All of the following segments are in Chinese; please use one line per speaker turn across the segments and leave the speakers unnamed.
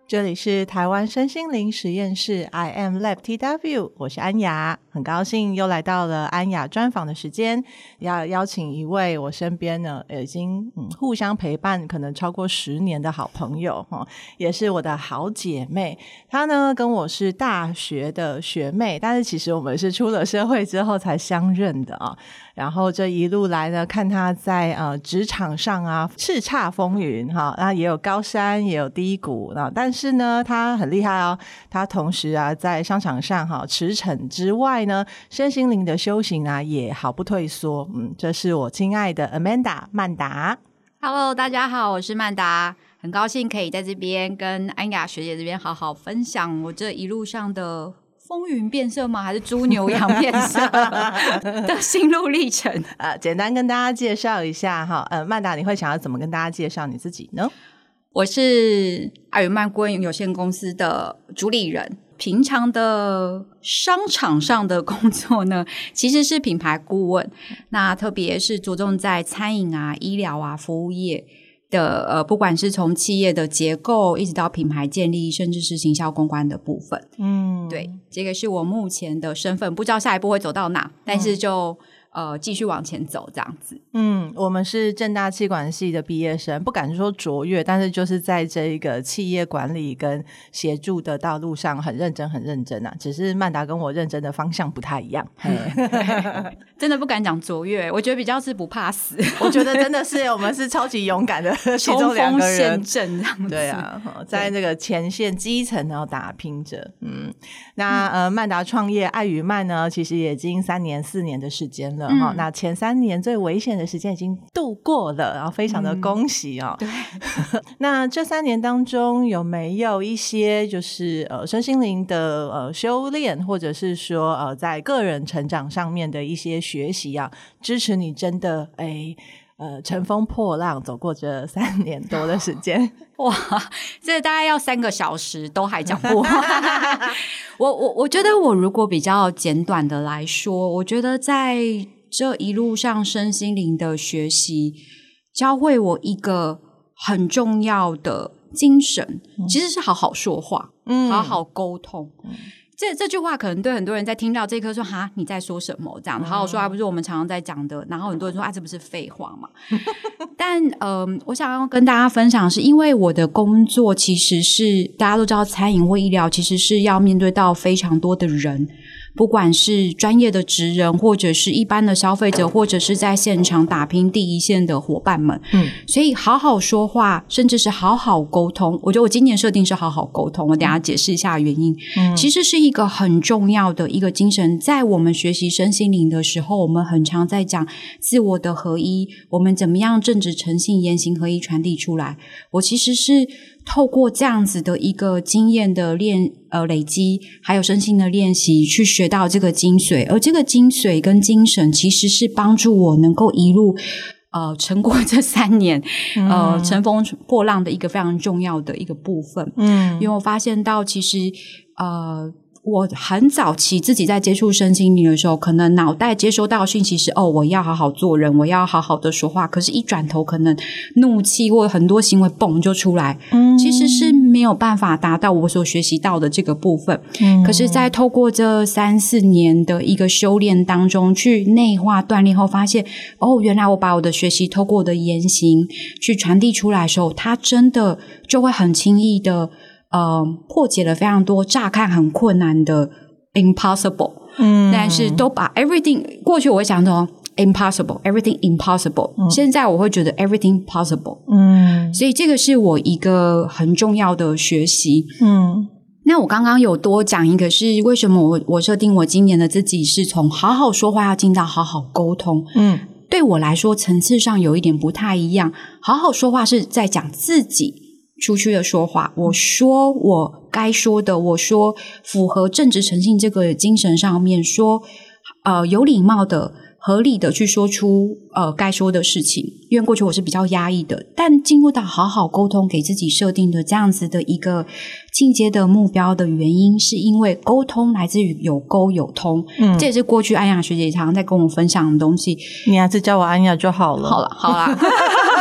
这里是台湾身心灵实验室 I am Lab TW， 我是安雅，很高兴又来到了安雅专访的时间，要邀请一位我身边呢已经互相陪伴可能超过10年的好朋友，也是我的好姐妹。她呢跟我是大学的学妹，但是其实我们是出了社会之后才相认的啊。然后这一路来呢，看她在职场上啊叱咤风云哈，那也有高山也有低谷，但是呢她很厉害哦，她同时啊在商场上哈驰骋之外呢，身心灵的修行啊也毫不退缩。这是我亲爱的 Amanda 曼达。
Hello， 大家好，我是曼达，很高兴可以在这边跟安雅学姐这边好好分享我这一路上的风云变色吗？还是猪牛羊变色的心路历程？
简单跟大家介绍一下哈。曼达，你会想要怎么跟大家介绍你自己呢？
我是爱与曼顾问有限公司的主理人，平常的商场上的工作呢，其实是品牌顾问，那特别是着重在餐饮啊、医疗啊、服务业的不管是从企业的结构一直到品牌建立，甚至是行销公关的部分。对，这个是我目前的身份，不知道下一步会走到哪，但是就继续往前走这样子。
我们是政大企管系的毕业生，不敢说卓越，但是就是在这一个企业管理跟协助的道路上很认真很认真啊，只是曼达跟我认真的方向不太一样。
真的不敢讲卓越，我觉得比较是不怕死。
我觉得真的是我们是超级勇敢的其中2个人，
冲锋陷阵这样子。
对啊，在那个前线基层然后打拼着。那曼达创业爱与曼呢，其实也已经3年4年的时间了。那前3年最危险的时间已经度过了，然后非常的恭喜哦。
对。
那这3年当中有没有一些就是身心灵的修炼，或者是说在个人成长上面的一些学习啊，支持你真的乘风破浪走过这3年多的时间？
哇，这大概要3个小时都还讲不完。我觉得我如果比较简短的来说，我觉得在这一路上身心灵的学习教会我一个很重要的精神，其实是好好说话，好好沟通。这句话可能对很多人在听到这一刻说哈你在说什么这样，好好说话不是我们常常在讲的，然后很多人说这不是废话嘛。但我想要跟大家分享的是，因为我的工作其实是大家都知道餐饮或医疗其实是要面对到非常多的人，不管是专业的职人或者是一般的消费者，或者是在现场打拼第一线的伙伴们。所以好好说话甚至是好好沟通，我觉得我今年设定是好好沟通，我等一下解释一下原因。其实是一个很重要的一个精神，在我们学习身心灵的时候，我们很常在讲自我的合一，我们怎么样正直诚信言行合一传递出来。我其实是透过这样子的一个经验的累积，还有身心的练习，去学到这个精髓，而这个精髓跟精神其实是帮助我能够一路撑过这3年乘风破浪的一个非常重要的一个部分。因为我发现到其实我很早期自己在接触身心灵的时候，可能脑袋接收到的讯息是我要好好做人，我要好好的说话，可是一转头可能怒气或很多行为蹦就出来，其实是没有办法达到我所学习到的这个部分。可是在透过这3-4年的一个修炼当中去内化锻炼后，发现原来我把我的学习透过我的言行去传递出来的时候，它真的就会很轻易的破解了非常多乍看很困难的 impossible。但是都把 everything， 过去我会想说impossible everything impossible，现在我会觉得 everything possible。所以这个是我一个很重要的学习。那我刚刚有多讲一个是为什么我设定我今年的自己是从好好说话要进到好好沟通。对我来说层次上有一点不太一样，好好说话是在讲自己出去的说话，我说我该说的，我说符合正直诚信这个精神上面，说有礼貌的合理的去说出该说的事情。因为过去我是比较压抑的，但进入到好好沟通给自己设定的这样子的一个进阶的目标的原因，是因为沟通来自于有沟有通。这也是过去安雅学姐常常在跟我分享的东西。
你还是叫我安雅就好了。
好啦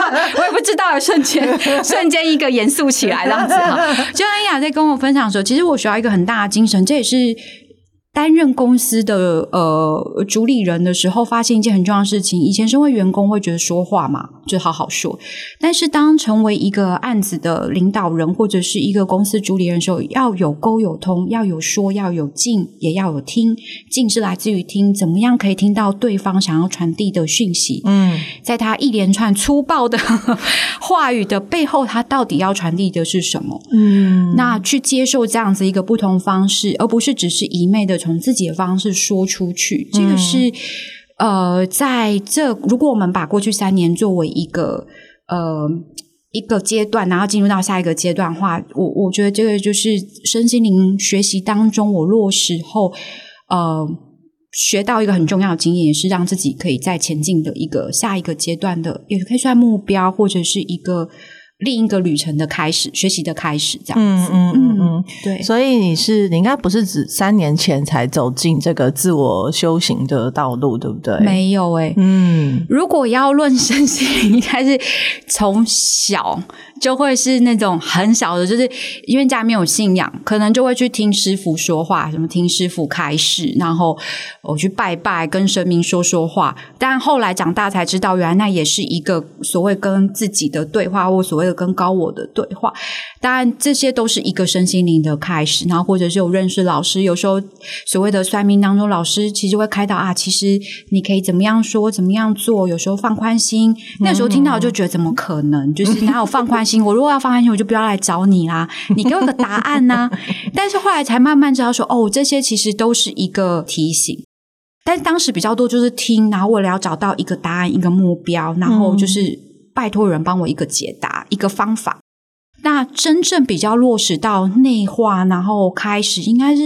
我也不知道，瞬间一个严肃起来这样子哈。就安雅在跟我分享的时候，其实我需要一个很大的精神，这也是担任公司的主理人的时候，发现一件很重要的事情。以前身为员工会觉得说话嘛，就好好说，但是当成为一个案子的领导人或者是一个公司主理人的时候，要有沟有通，要有说，要有进，也要有听。进是来自于听，怎么样可以听到对方想要传递的讯息，在他一连串粗暴的话语的背后，他到底要传递的是什么，那去接受这样子一个不同方式，而不是只是一昧的从自己的方式说出去。这个是在如果我们把过去3年作为一个阶段，然后进入到下一个阶段的话，我觉得这个就是身心灵学习当中我落实后学到一个很重要的经验，也是让自己可以再前进的下一个阶段的，也可以算目标，或者是另一个旅程的开始，学习的开始，这样子。对。所以
你应该不是指3年前才走进这个自我修行的道路，对不对？
没有如果要论身心灵，应该是从小就会是那种很小的，就是因为家里面有信仰，可能就会去听师父说话，什么听师父开示，然后我去拜拜，跟神明说话。但后来长大才知道，原来那也是一个所谓跟自己的对话，或所谓的跟高我的对话。当然这些都是一个身心灵的开始，然后或者是有认识老师，有时候所谓的算命当中，老师其实会开导其实你可以怎么样说，怎么样做，有时候放宽心。那时候听到就觉得怎么可能，就是哪有放宽心，我如果要放宽心我就不要来找你啦，你给我个答案啊。但是后来才慢慢知道说这些其实都是一个提醒。但当时比较多就是听，然后为了要找到一个答案，一个目标，然后就是拜托人帮我一个解答，一个方法。那真正比较落实到内化，然后开始应该是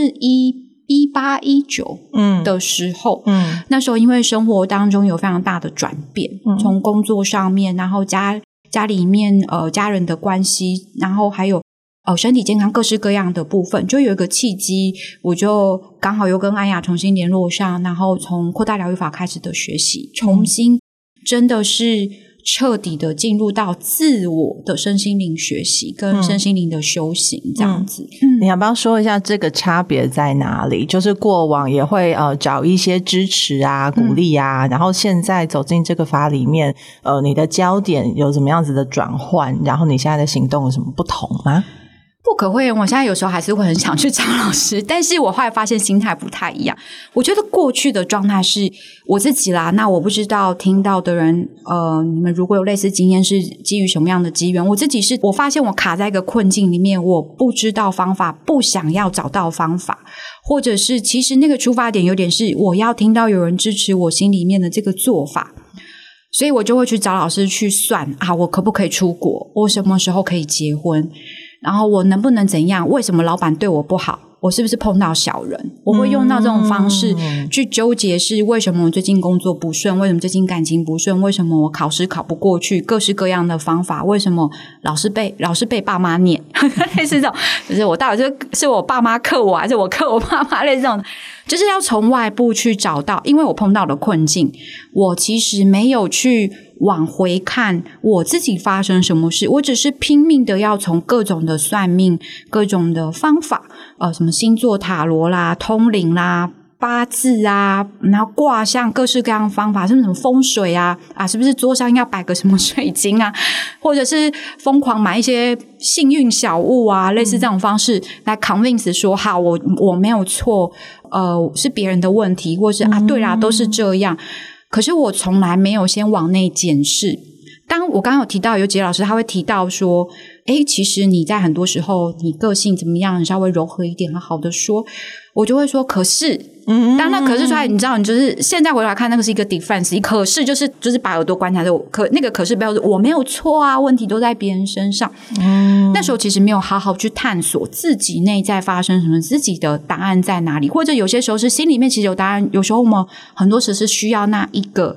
18、19的时候，那时候因为生活当中有非常大的转变，从工作上面，然后家里面家人的关系，然后还有身体健康各式各样的部分，就有一个契机，我就刚好又跟安雅重新联络上，然后从扩大疗愈法开始的学习，重新真的是彻底的进入到自我的身心灵学习跟身心灵的修行这样子。
你要不要说一下这个差别在哪里？就是过往也会找一些支持啊鼓励啊，然后现在走进这个法里面你的焦点有怎么样子的转换，然后你现在的行动有什么不同吗？
不可讳言，我现在有时候还是会很想去找老师，但是我后来发现心态不太一样。我觉得过去的状态是我自己啦，那我不知道听到的人你们如果有类似经验是基于什么样的机缘。我自己是我发现我卡在一个困境里面，我不知道方法，不想要找到方法，或者是其实那个出发点有点是我要听到有人支持我心里面的这个做法，所以我就会去找老师去算我可不可以出国，我什么时候可以结婚，然后我能不能怎样，为什么老板对我不好，我是不是碰到小人，我会用到这种方式去纠结是为什么我最近工作不顺，为什么最近感情不顺，为什么我考试考不过去，各式各样的方法，为什么老是被爸妈念类似这种，就是我到底是我爸妈克我还是我克我爸妈，类似这种，就是要从外部去找到。因为我碰到的困境，我其实没有去往回看我自己发生什么事，我只是拼命的要从各种的算命，各种的方法什么星座塔罗啦，通灵啦，八字啊，然后卦象，各式各样的方法，甚至什么风水啊，是不是桌上要摆个什么水晶啊，或者是疯狂买一些幸运小物啊，类似这种方式来 convince 说好我没有错，是别人的问题，或是对啦都是这样。可是我从来没有先往内检视。当我刚刚有提到有几个老师他会提到说其实你在很多时候你个性怎么样，你稍微柔和一点，好的说，我就会说可是当那可是出来，你知道你就是现在回来看那个是一个 defense， 可是就是把耳朵关起来，那个可是不要我没有错啊，问题都在别人身上。那时候其实没有好好去探索自己内在发生什么，自己的答案在哪里，或者有些时候是心里面其实有答案，有时候我们很多时是需要那一个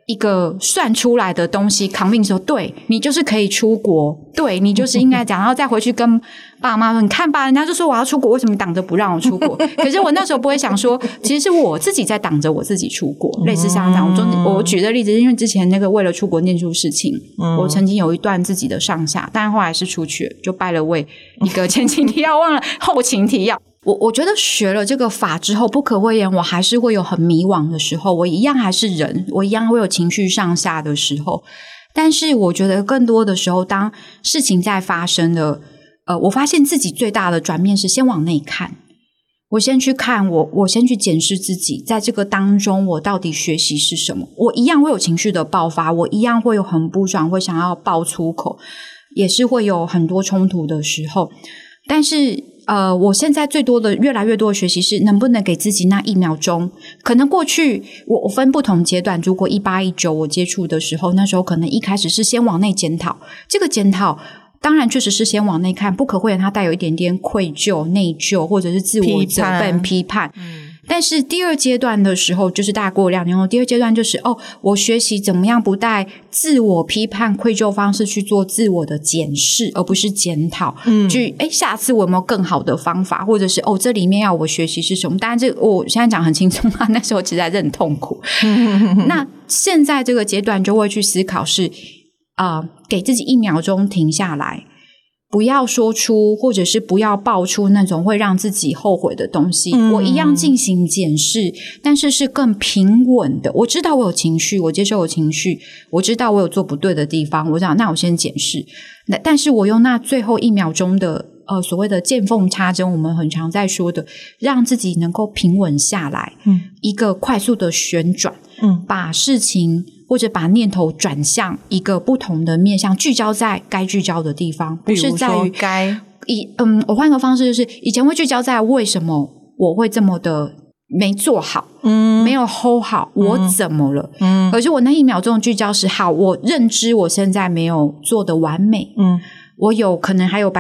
一个算出来的东西 convince 说对你就是可以出国，对你就是应该讲，然后再回去跟爸妈说你看吧，人家就说我要出国，为什么挡着不让我出国？可是我那时候不会想说其实是我自己在挡着我自己出国，类似像这样。我举的例子是因为之前那个为了出国念书事情，我曾经有一段自己的上下，但后来是出去了，就拜了位一个前情提要忘了后情提要。我觉得学了这个法之后，不可讳言我还是会有很迷惘的时候，我一样还是人，我一样会有情绪上下的时候，但是我觉得更多的时候当事情在发生了，我发现自己最大的转变是先往内看，我先去看我先去检视自己在这个当中我到底学习是什么。我一样会有情绪的爆发，我一样会有很不爽，会想要爆粗口，也是会有很多冲突的时候，但是我现在最多的越来越多的学习是能不能给自己那1秒钟。可能过去我分不同阶段，如果18、19我接触的时候，那时候可能一开始是先往内检讨，这个检讨当然确实是先往内看，不可讳言它带有一点点愧疚、内疚或者是自我责备、批判。但是第二阶段的时候，就是大概过了2年后，第二阶段就是我学习怎么样不带自我批判、愧疚方式去做自我的检视，而不是检讨。去下次我有没有更好的方法，或者是这里面要我学习是什么？当然这个我现在讲很轻松啊，那时候其实还是很痛苦。那现在这个阶段就会去思考是给自己1秒钟停下来，不要说出或者是不要爆出那种会让自己后悔的东西。我一样进行检视，但是是更平稳的。我知道我有情绪，我接受有情绪，我知道我有做不对的地方，我想那我先检视。但是我用那最后1秒钟的所谓的见缝插针，我们很常在说的，让自己能够平稳下来，一个快速的旋转，把事情或者把念头转向一个不同的面向，聚焦在该聚焦的地方，不是在于我换个方式，就是以前会聚焦在为什么我会这么的没做好，没有 hold 好，我怎么了？可是我那1秒钟的聚焦是好，我认知我现在没有做的完美，我有可能还有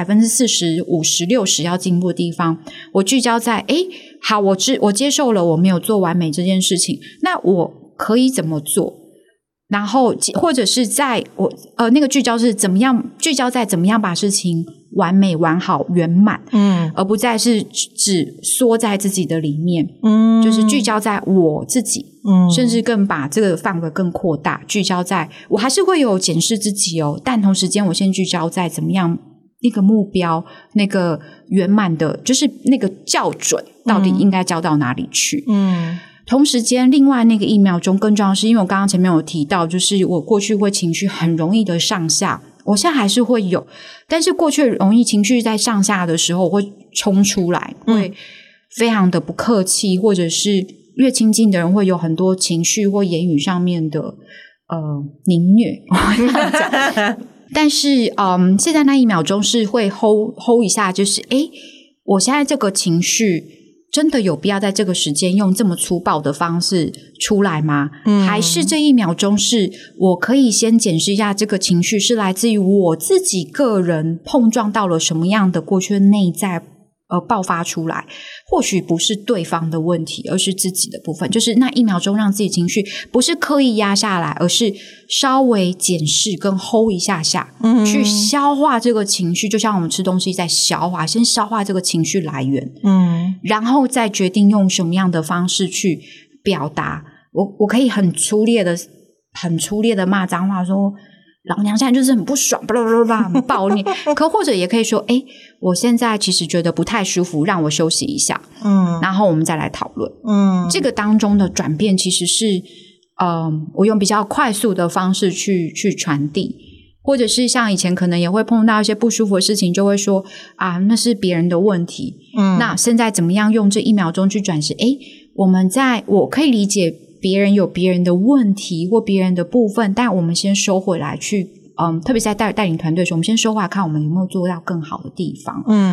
40%、50%、60%要进步的地方，我聚焦在好，我接受了我没有做完美这件事情，那我可以怎么做？然后或者是在我那个聚焦是怎么样，聚焦在怎么样把事情完美、完好、圆满，而不再是只缩在自己的里面，就是聚焦在我自己，甚至更把这个范围更扩大，聚焦在我还是会有检视自己但同时间我先聚焦在怎么样那个目标，那个圆满的，就是那个校准到底应该交到哪里去。同时间另外那个1秒钟更重要的是，因为我刚刚前面有提到，就是我过去会情绪很容易的上下，我现在还是会有，但是过去容易情绪在上下的时候我会冲出来，会非常的不客气，或者是越亲近的人会有很多情绪或言语上面的凌虐但是现在那1秒钟是会 hold 一下，就是我现在这个情绪真的有必要在这个时间用这么粗暴的方式出来吗？还是这1秒钟是我可以先检视一下这个情绪是来自于我自己个人碰撞到了什么样的过去的内在爆发出来，或许不是对方的问题，而是自己的部分，就是那1秒钟让自己情绪不是刻意压下来，而是稍微检视跟 hold 一下下，去消化这个情绪，就像我们吃东西在消化，先消化这个情绪来源，然后再决定用什么样的方式去表达。我可以很粗烈的骂脏话，说老娘现在就是很不爽，很暴力可或者也可以说我现在其实觉得不太舒服，让我休息一下，然后我们再来讨论。这个当中的转变其实是我用比较快速的方式去传递，或者是像以前可能也会碰到一些不舒服的事情，就会说那是别人的问题，那现在怎么样用这1秒钟去转是我可以理解别人有别人的问题或别人的部分，但我们先收回来去特别是在带领团队的时候，我们先收回来看我们有没有做到更好的地方。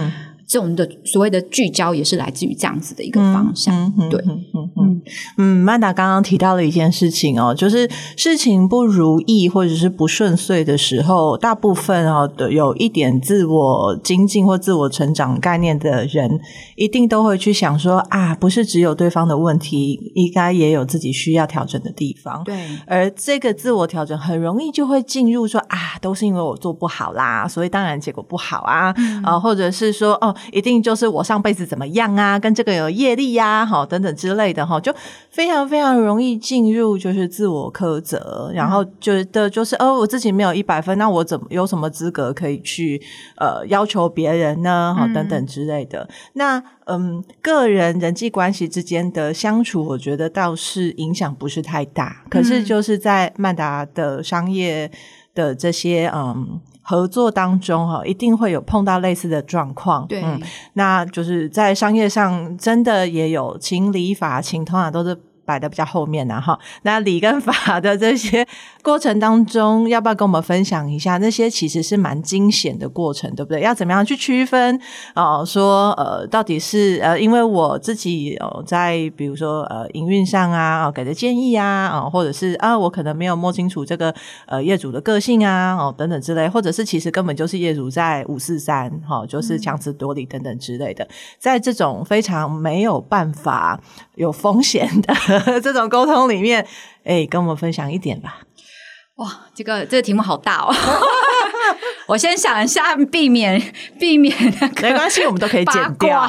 这种的所谓的聚焦也是来自于这样子的一个方向。对，
曼达刚刚提到了一件事情哦，就是事情不如意或者是不顺遂的时候，大部分有一点自我精进或自我成长概念的人，一定都会去想说啊，不是只有对方的问题，应该也有自己需要调整的地方。
对，
而这个自我调整很容易就会进入说啊，都是因为我做不好啦，所以当然结果不好啊，或者是说一定就是我上辈子怎么样啊，跟这个有业力啊，等等之类的，就非常非常容易进入就是自我苛责，然后觉得就是我自己没有100分，那我有什么资格可以去要求别人呢？等等之类的。那个人人际关系之间的相处，我觉得倒是影响不是太大，可是就是在曼达的商业的这些合作当中一定会有碰到类似的状况。
对，
那就是在商业上真的也有情理法情，通常都是摆得比较后面那理跟法的这些过程当中，要不要跟我们分享一下？那些其实是蛮惊险的过程，对不对？要怎么样去区分说到底是因为我自己在比如说营运上啊给的建议啊或者是我可能没有摸清楚这个业主的个性啊等等之类，或者是其实根本就是业主在543就是强词夺理等等之类的。在这种非常没有办法有风险的这种沟通里面，跟我们分享一点吧。
哇，这个题目好大哦。我先想一下，避免那个，
没关系，我们都可以剪掉。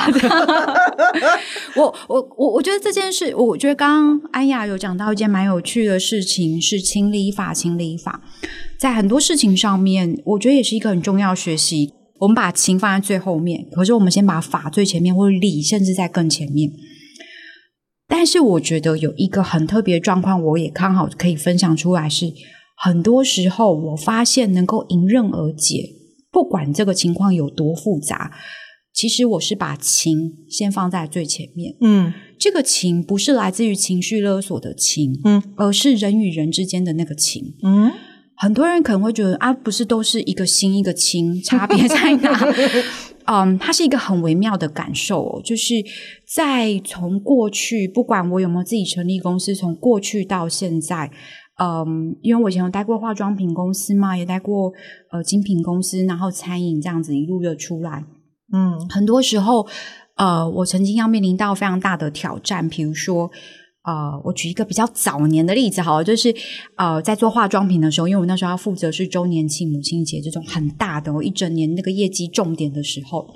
我觉得这件事，我觉得刚刚安雅有讲到一件蛮有趣的事情，是情理法。在很多事情上面，我觉得也是一个很重要的学习。我们把情放在最后面，可是我们先把法最前面，或者理甚至在更前面。但是我觉得有一个很特别的状况，我也刚好可以分享出来，是很多时候我发现能够迎刃而解，不管这个情况有多复杂，其实我是把情先放在最前面。这个情不是来自于情绪勒索的情，而是人与人之间的那个情。很多人可能会觉得不是都是一个心一个亲，差别在哪？它是一个很微妙的感受就是在从过去，不管我有没有自己成立公司，从过去到现在，因为我以前有待过化妆品公司嘛，也待过精品公司，然后餐饮这样子一路的出来。很多时候我曾经要面临到非常大的挑战，比如说我举一个比较早年的例子好了，就是在做化妆品的时候，因为我那时候要负责是周年庆、母亲节这种很大的一整年那个业绩重点的时候，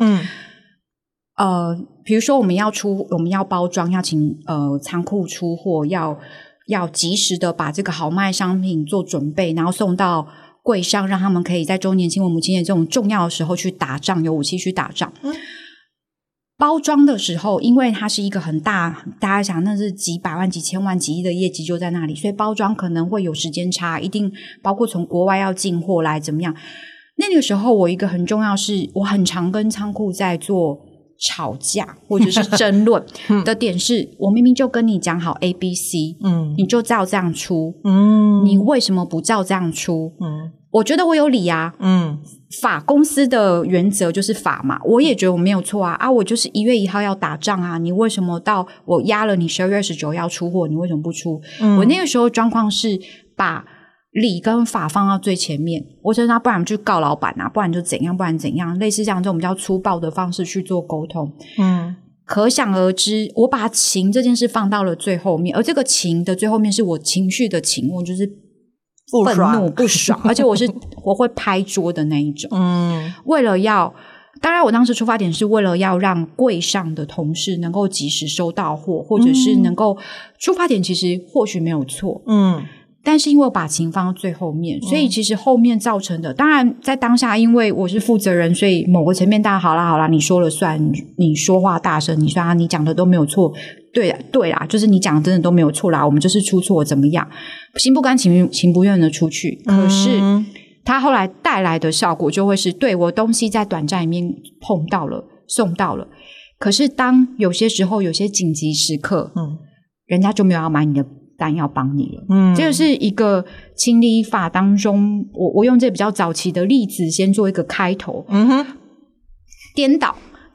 比如说我们要包装，要请仓库出货，要及时的把这个好卖商品做准备，然后送到柜上，让他们可以在周年庆或母亲节这种重要的时候去打仗，有武器去打仗。包装的时候，因为它是一个很大，大家想那是几百万、几千万、几亿的业绩就在那里，所以包装可能会有时间差，一定包括从国外要进货来怎么样。那个时候我一个很重要是，我很常跟仓库在做吵架或者是争论的点是，我明明就跟你讲好 ABC，你就照这样出，你为什么不照这样出？我觉得我有理啊，法公司的原则就是法嘛，我也觉得我没有错啊，我就是1月1号要打仗啊，你为什么到我压了你12月29要出货，你为什么不出？我那个时候状况是把理跟法放到最前面，我觉得不然就告老板啊，不然就怎样，不然怎样，类似这样这种比较粗暴的方式去做沟通。可想而知，我把情这件事放到了最后面，而这个情的最后面是我情绪的情，我就是愤怒不爽，而且我会拍桌的那一种。为了当然我当时出发点是为了要让柜上的同事能够及时收到货，或者是能够出发点其实或许没有错，但是因为我把情放到最后面，所以其实后面造成的，当然在当下因为我是负责人，所以某个层面大家好啦你说了算，你说话大声，你说你讲的都没有错，对啦，就是你讲的真的都没有错啦，我们就是出错怎么样，心不甘情不愿的出去。可是他后来带来的效果就会是，对，我东西在短暂里面碰到了送到了，可是当有些时候有些紧急时刻人家就没有要买你的单要帮你了。这个是一个情理法当中，颠倒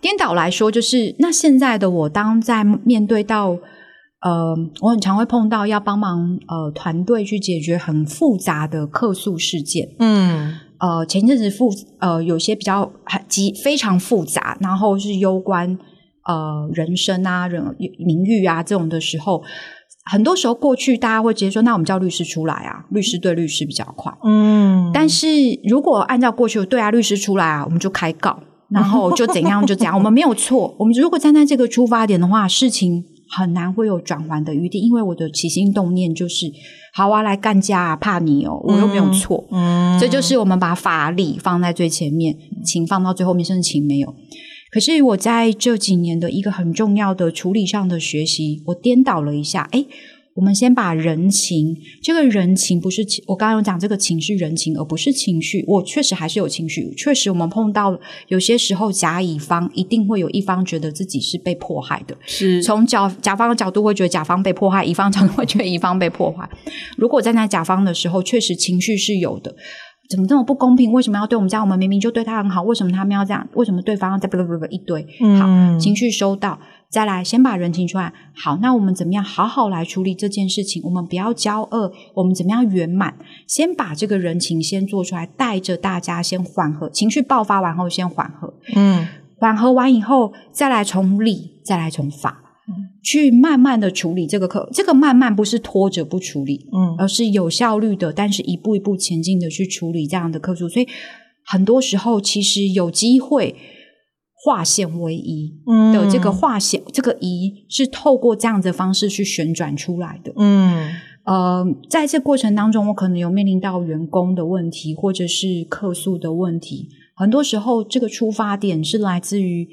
颠倒来说，就是那现在的我，当在面对到我很常会碰到要帮忙团队去解决很复杂的客诉事件，前一阵子有些比较非常复杂，然后是攸关人身啊、名誉啊这种的时候，很多时候过去大家会直接说，那我们叫律师出来啊，律师对律师比较快。但是如果按照过去对啊，律师出来啊，我们就开告，然后就怎样就怎样，我们没有错。我们如果站在这个出发点的话，事情很难会有转圜的余地，因为我的起心动念就是好啊，来干架啊，怕你哦，我又没有错。这就是我们把法理放在最前面，情放到最后面，甚至情没有。可是我在这几年的一个很重要的处理上的学习，我颠倒了一下，我们先把人情，这个人情不是我刚刚有讲这个情是人情而不是情绪，我确实还是有情绪，确实我们碰到有些时候甲乙方一定会有一方觉得自己是被迫害的，
是
从甲方的角度会觉得甲方被迫害，乙方角度会觉得乙方被迫害。如果站在甲方的时候，确实情绪是有的，怎么这么不公平？为什么要对我们这样？我们明明就对他很好，为什么他们要这样？为什么对方要再一堆？好，情绪收到，再来先把人情出来。好，那我们怎么样好好来处理这件事情？我们不要骄傲，我们怎么样圆满？先把这个人情先做出来，带着大家先缓和，情绪爆发完后先缓和。缓和完以后，再来从理，再来从法。去慢慢的处理这个慢慢不是拖着不处理，而是有效率的，但是一步一步前进的去处理这样的客诉。所以很多时候其实有机会化险为夷的这个化险，这个夷是透过这样的方式去旋转出来的。在这过程当中，我可能有面临到员工的问题，或者是客诉的问题。很多时候这个出发点是来自于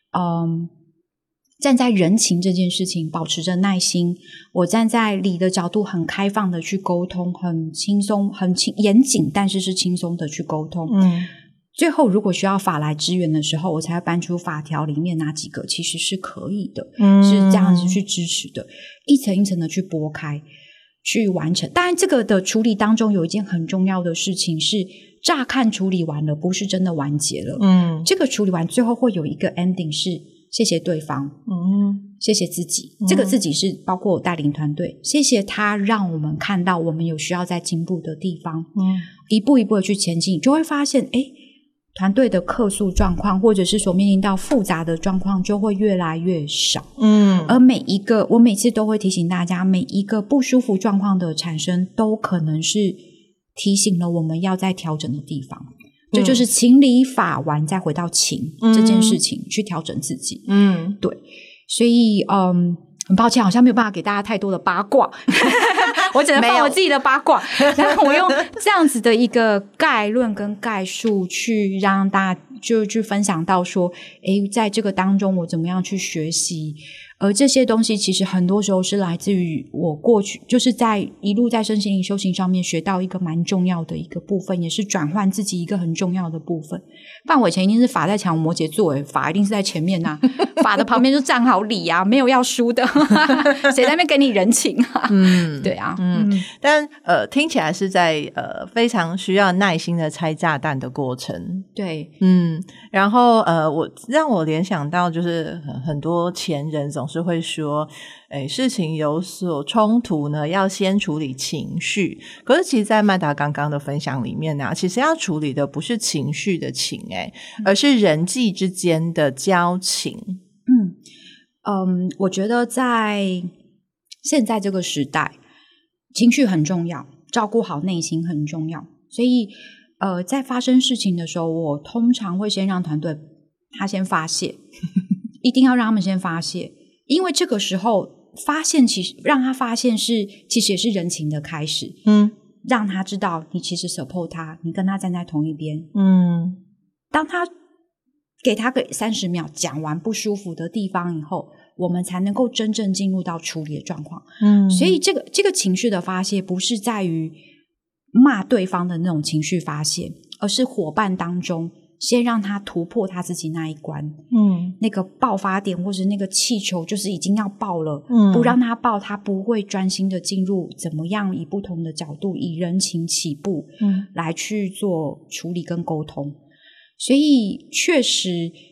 站在人情这件事情保持着耐心，我站在理的角度很开放的去沟通，很轻松很严谨，但是是轻松的去沟通。最后如果需要法来支援的时候，我才会搬出法条里面哪几个其实是可以的，是这样子去支持的，一层一层的去拨开去完成。当然这个的处理当中有一件很重要的事情是，乍看处理完了不是真的完结了，这个处理完最后会有一个 ending 是谢谢对方，谢谢自己，这个自己是包括我带领团队，谢谢他让我们看到我们有需要再进步的地方，一步一步的去前进，就会发现团队的客诉状况或者是所面临到复杂的状况就会越来越少。而我每次都会提醒大家，每一个不舒服状况的产生都可能是提醒了我们要再调整的地方。这就是情理法完再回到情这件事情去调整自己。对，所以很抱歉好像没有办法给大家太多的八卦我只能放我自己的八卦然后我用这样子的一个概论跟概述去让大家就去分享到说在这个当中我怎么样去学习，而这些东西其实很多时候是来自于我过去就是一路在身心灵修行上面学到一个蛮重要的一个部分，也是转换自己一个很重要的部分。不然我以前一定是法在强摩羯座法一定是在前面啊法的旁边就站好理啊，没有要输的谁在那边给你人情啊对啊
但听起来是在非常需要耐心的拆炸弹的过程。
对
然后让我联想到就是很多前人总是会说事情有所冲突呢要先处理情绪，可是其实在麦达刚刚的分享里面呢其实要处理的不是情绪的情而是人际之间的交情。
我觉得在现在这个时代情绪很重要，照顾好内心很重要，所以在发生事情的时候我通常会先让团队他先发泄一定要让他们先发泄，因为这个时候发现其实让他发现其实也是人情的开始。让他知道你其实 support 他，你跟他站在同一边。当他给他个30秒讲完不舒服的地方以后，我们才能够真正进入到处理的状况。所以这个情绪的发泄不是在于骂对方的那种情绪发泄，而是伙伴当中先让他突破他自己那一关。那个爆发点或是那个气球就是已经要爆了，不让他爆他不会专心的进入怎么样以不同的角度以人情起步来去做处理跟沟通。所以确实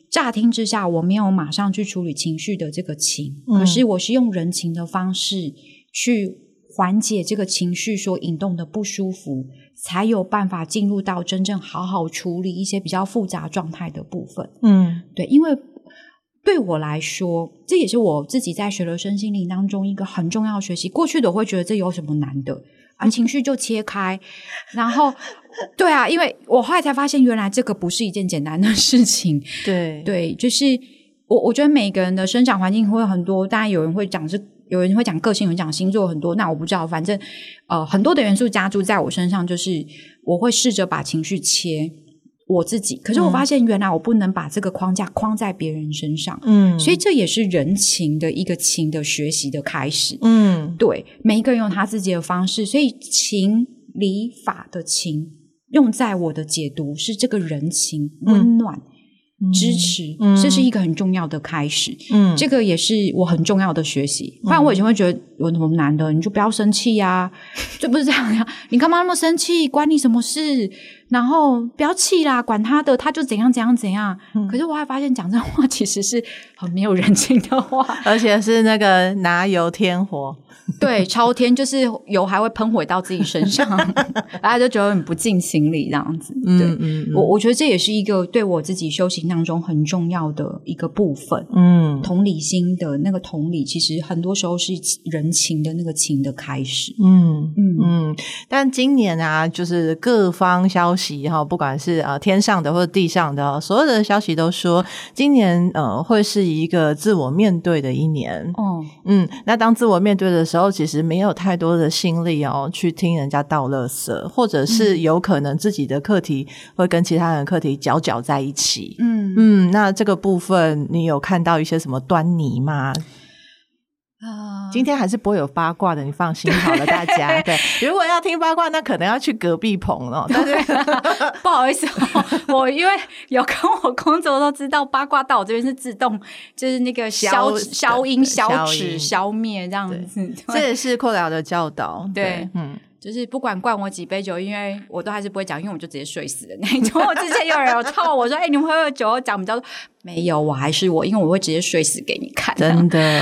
乍听之下我没有马上去处理情绪的这个情，可是我是用人情的方式去缓解这个情绪所引动的不舒服，才有办法进入到真正好好处理一些比较复杂状态的部分。对，因为对我来说，这也是我自己在学了身心灵当中一个很重要的学习。过去的我会觉得这有什么难的啊，情绪就切开，然后对啊，因为我后来才发现原来这个不是一件简单的事情。对，就是我觉得每个人的生长环境会有很多，当然有人会讲个性，有人讲星座很多，那我不知道，反正很多的元素加注在我身上，就是我会试着把情绪切我自己，可是我发现原来我不能把这个框架框在别人身上，所以这也是人情的一个情的学习的开始。对，每一个人有他自己的方式，所以情理法的情用在我的解读是这个人情温暖支持，这是一个很重要的开始。这个也是我很重要的学习。不然我以前会觉得有什么难的，你就不要生气啊，就不是这样呀，你干嘛那么生气，关你什么事，然后不要气啦，管他的，他就怎样怎样怎样。可是我还发现讲这话其实是很没有人情的话，
而且是那个拿油添火。
对，超天，就是油还会喷回到自己身上，大家就觉得很不近情理这样子。对，我觉得这也是一个对我自己修行当中很重要的一个部分。同理心的那个同理，其实很多时候是人情的那个情的开始。
但今年啊，就是各方消息哈，不管是天上的或者地上的，所有的消息都说今年会是一个自我面对的一年。那当自我面对的时候，其实没有太多的心力去听人家倒垃圾，或者是有可能自己的课题会跟其他人的课题搅在一起。那这个部分你有看到一些什么端倪吗？今天还是不会有八卦的，你放心好了大家。对，如果要听八卦那可能要去隔壁棚了。但是
不好意思我因为有跟我工作都知道八卦到我这边是自动就是那个消音消止消灭这样子。
这也是扩疗的教导。
对，就是不管灌我几杯酒，因为我都还是不会讲，因为我就直接睡死的那种。我之前有人有套我说你们会不会酒讲比较没有，我还是我，因为我会直接睡死给你看。
真的。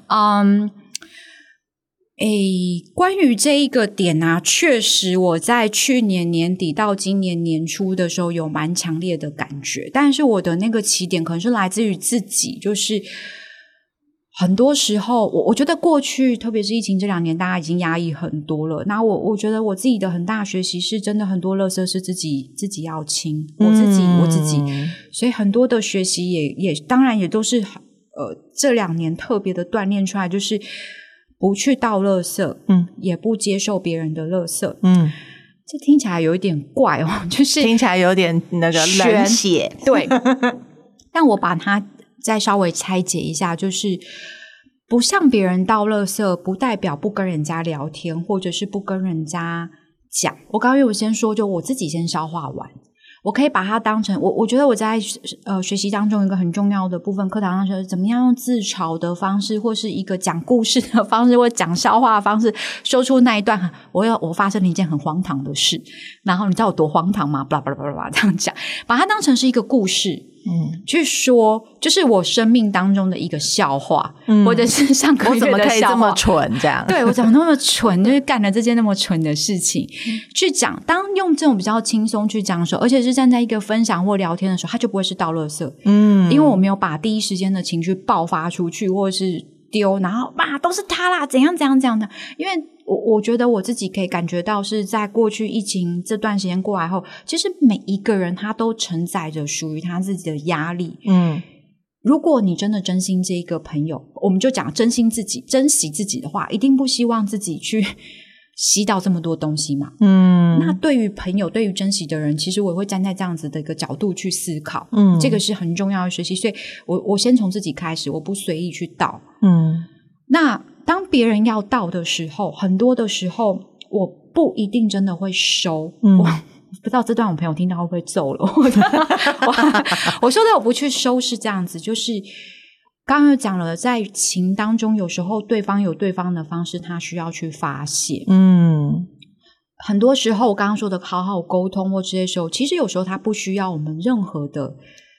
关于这一个点啊，确实我在去年年底到今年年初的时候有蛮强烈的感觉，但是我的那个起点可能是来自于自己，就是很多时候我觉得过去特别是疫情这2年大家已经压抑很多了，那我觉得我自己的很大学习是真的很多垃圾是自己要清，我自己所以很多的学习也当然也都是这2年特别的锻炼出来，就是不去倒垃圾，也不接受别人的垃圾。这听起来有一点怪就是
听起来有点那个冷血。
对但我把它再稍微拆解一下，就是不向别人倒垃圾不代表不跟人家聊天，或者是不跟人家讲。我刚刚有先说就我自己先消化完，我可以把它当成我觉得我在学习当中一个很重要的部分，课堂上说怎么样用自嘲的方式，或是一个讲故事的方式，或讲笑话的方式说出那一段我发生了一件很荒唐的事，然后你知道有多荒唐吗？巴拉巴拉巴拉这样讲，把它当成是一个故事去说，就是我生命当中的一个笑话，或者是上个月的笑话。
我怎么可以这么蠢这样？
对，我怎么那么蠢，就是干了这件那么蠢的事情去讲。当用这种比较轻松去讲的时候，而且是站在一个分享或聊天的时候，它就不会是倒垃圾。因为我没有把第一时间的情绪爆发出去，或者是丢，然后都是他啦，怎样怎样怎样的。因为我觉得我自己可以感觉到是在过去疫情这段时间过来后，其实每一个人他都承载着属于他自己的压力。如果你真的真心这个朋友，我们就讲真心自己珍惜自己的话，一定不希望自己去吸到这么多东西嘛。那对于朋友，对于珍惜的人，其实我会站在这样子的一个角度去思考。这个是很重要的学习，所以我先从自己开始，我不随意去倒。那当别人要倒的时候，很多的时候我不一定真的会收。我不知道这段我朋友听到会不会揍了我说的我不去收是这样子，就是刚刚有讲了，在情当中有时候对方有对方的方式，他需要去发泄。很多时候我刚刚说的好好沟通或这些时候，其实有时候他不需要我们任何的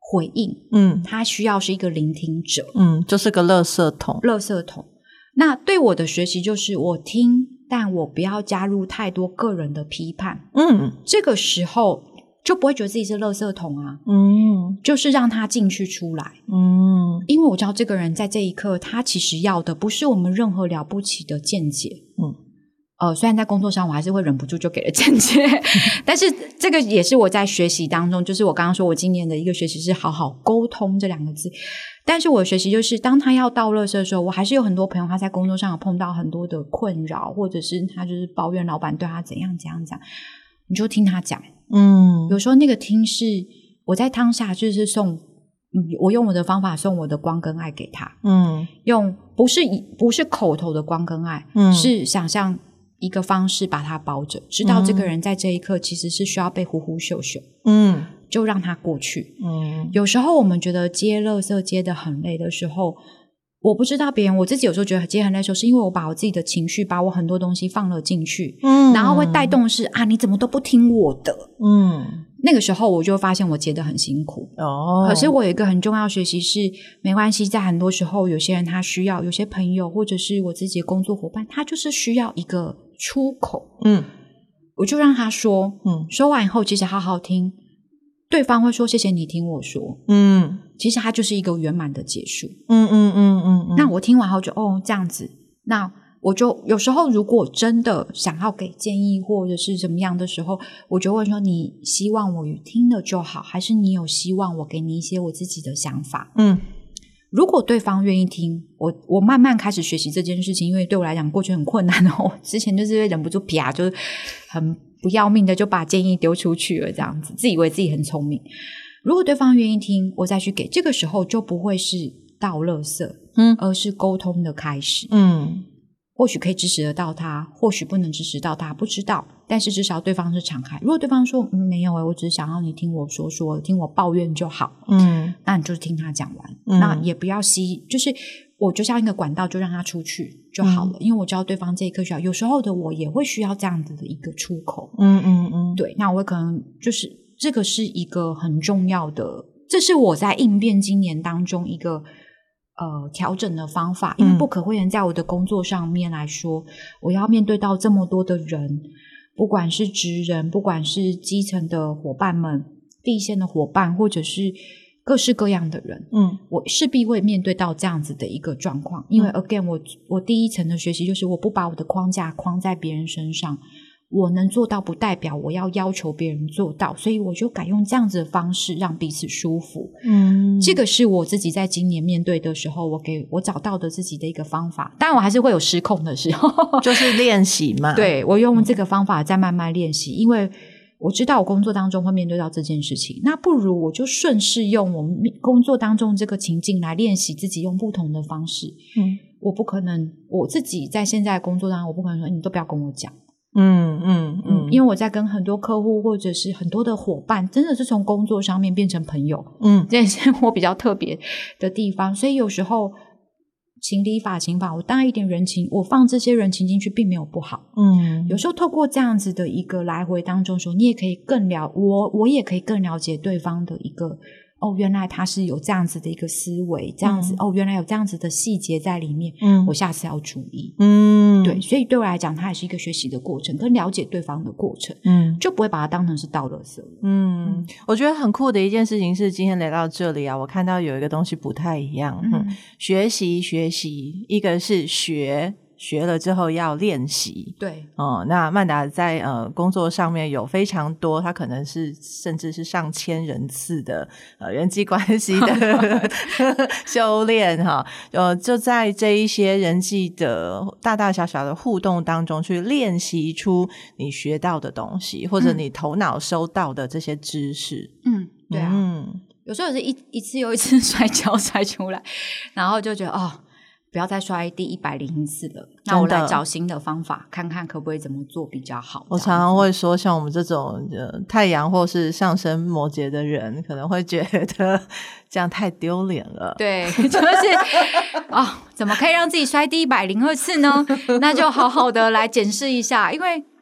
回应，他需要是一个聆听者，
就是个垃圾桶。
那对我的学习就是我听，但我不要加入太多个人的批判，这个时候就不会觉得自己是垃圾桶啊，就是让他进去出来，因为我知道这个人在这一刻他其实要的不是我们任何了不起的见解，虽然在工作上我还是会忍不住就给了见解但是这个也是我在学习当中，就是我刚刚说我今年的一个学习是好好沟通这2个字，但是我的学习就是当他要倒垃圾的时候，我还是有很多朋友他在工作上有碰到很多的困扰，或者是他就是抱怨老板对他怎样怎样讲，你就听他讲，有时候那个听是我在当下就是我用我的方法送我的光跟爱给他，用不是口头的光跟爱，是想象一个方式把它包着，知道这个人在这一刻其实是需要被呼呼秀秀，就让他过去。有时候我们觉得接垃圾接得很累的时候，我不知道别人，我自己有时候觉得接很累的时候，是因为我把我自己的情绪，把我很多东西放了进去，然后会带动是你怎么都不听我的，那个时候我就发现我接得很辛苦。可是我有一个很重要的学习是，没关系，在很多时候有些人他需要，有些朋友或者是我自己的工作伙伴，他就是需要一个出口，我就让他说，说完以后其实好好听，对方会说谢谢你听我说，其实它就是一个圆满的结束，那我听完后就这样子，那我就有时候如果真的想要给建议或者是怎么样的时候，我就问说你希望我听了就好，还是你有希望我给你一些我自己的想法，如果对方愿意听，我慢慢开始学习这件事情，因为对我来讲过去很困难我之前就是忍不住啪就是很不要命的就把建议丢出去了，这样子自以为自己很聪明。如果对方愿意听，我再去给，这个时候就不会是倒垃圾，而是沟通的开始。或许可以支持得到他，或许不能支持到他，不知道，但是至少对方是敞开。如果对方说没有我只是想要你听我说听我抱怨就好，那你就听他讲完，那也不要就是我就像一个管道，就让他出去就好了，因为我知道对方这一刻需要，有时候的我也会需要这样子的一个出口，对，那我会可能就是这个是一个很重要的，这是我在应变今年当中一个调整的方法，因为不可讳言，在我的工作上面来说，我要面对到这么多的人，不管是职人，不管是基层的伙伴们，第一线的伙伴，或者是各式各样的人，我势必会面对到这样子的一个状况，因为 again 我第一层的学习就是我不把我的框架框在别人身上，我能做到不代表我要求别人做到，所以我就改用这样子的方式让彼此舒服。这个是我自己在今年面对的时候我找到的自己的一个方法，当然我还是会有失控的时候
就是练习嘛。
对，我用这个方法再慢慢练习，因为我知道我工作当中会面对到这件事情，那不如我就顺势用我们工作当中这个情境来练习自己用不同的方式。我不可能我自己在现在工作当中，我不可能说你都不要跟我讲，因为我在跟很多客户或者是很多的伙伴真的是从工作上面变成朋友，这也是我比较特别的地方，所以有时候情理法情法，我当然一点人情，我放这些人情进去并没有不好，有时候透过这样子的一个来回当中说，你也可以我也可以更了解对方的一个原来他是有这样子的一个思维，这样子原来有这样子的细节在里面，我下次要注意。对，所以对我来讲它也是一个学习的过程跟了解对方的过程，就不会把它当成是倒垃圾了。
我觉得很酷的一件事情是今天来到这里啊，我看到有一个东西不太一样，学习，一个是学了之后要练习，
对，
那曼达在工作上面有非常多，他可能是甚至是上千人次的人际关系的修炼哈，就在这一些人际的大大小小的互动当中去练习出你学到的东西，或者你头脑收到的这些知识。
对啊，有时候是一次又一次摔跤摔出来，然后就觉得不要再摔第101次了，那我来找新的方法，看看可不可以怎么做比较好。
我常常会说，像我们这种太阳或是上升摩羯的人，可能会觉得这样太丢脸了。
对，就是怎么可以让自己摔第102次呢？那就好好的来检视一下，因为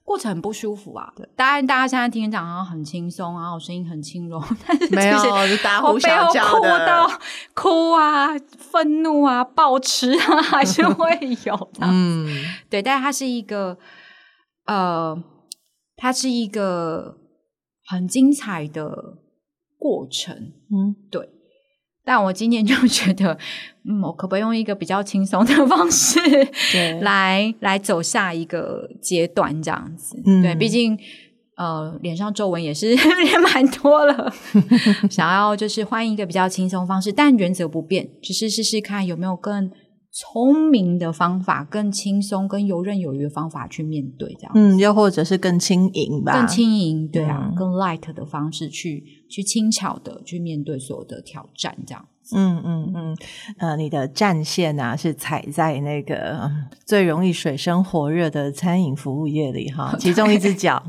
过程很不舒服啊。当然大家现在听讲好像很轻松啊，我声音很轻柔，但是
没有是大呼小叫的，
我哭啊愤怒啊暴吃啊还是会有的。对，但是它是一个很精彩的过程。对。但我今年就觉得我可不可以用一个比较轻松的方式来走下一个阶段这样子。对，毕竟脸上皱纹也是也蛮多了想要就是换一个比较轻松方式，但原则不变，只是试试看有没有更聪明的方法，更轻松更游刃有余的方法去面对这样。
又或者是更轻盈吧，
更轻盈，对啊，更 light 的方式去轻巧的去面对所有的挑战这样子。
你的战线啊是踩在那个最容易水深火热的餐饮服务业里哈，其中一只脚。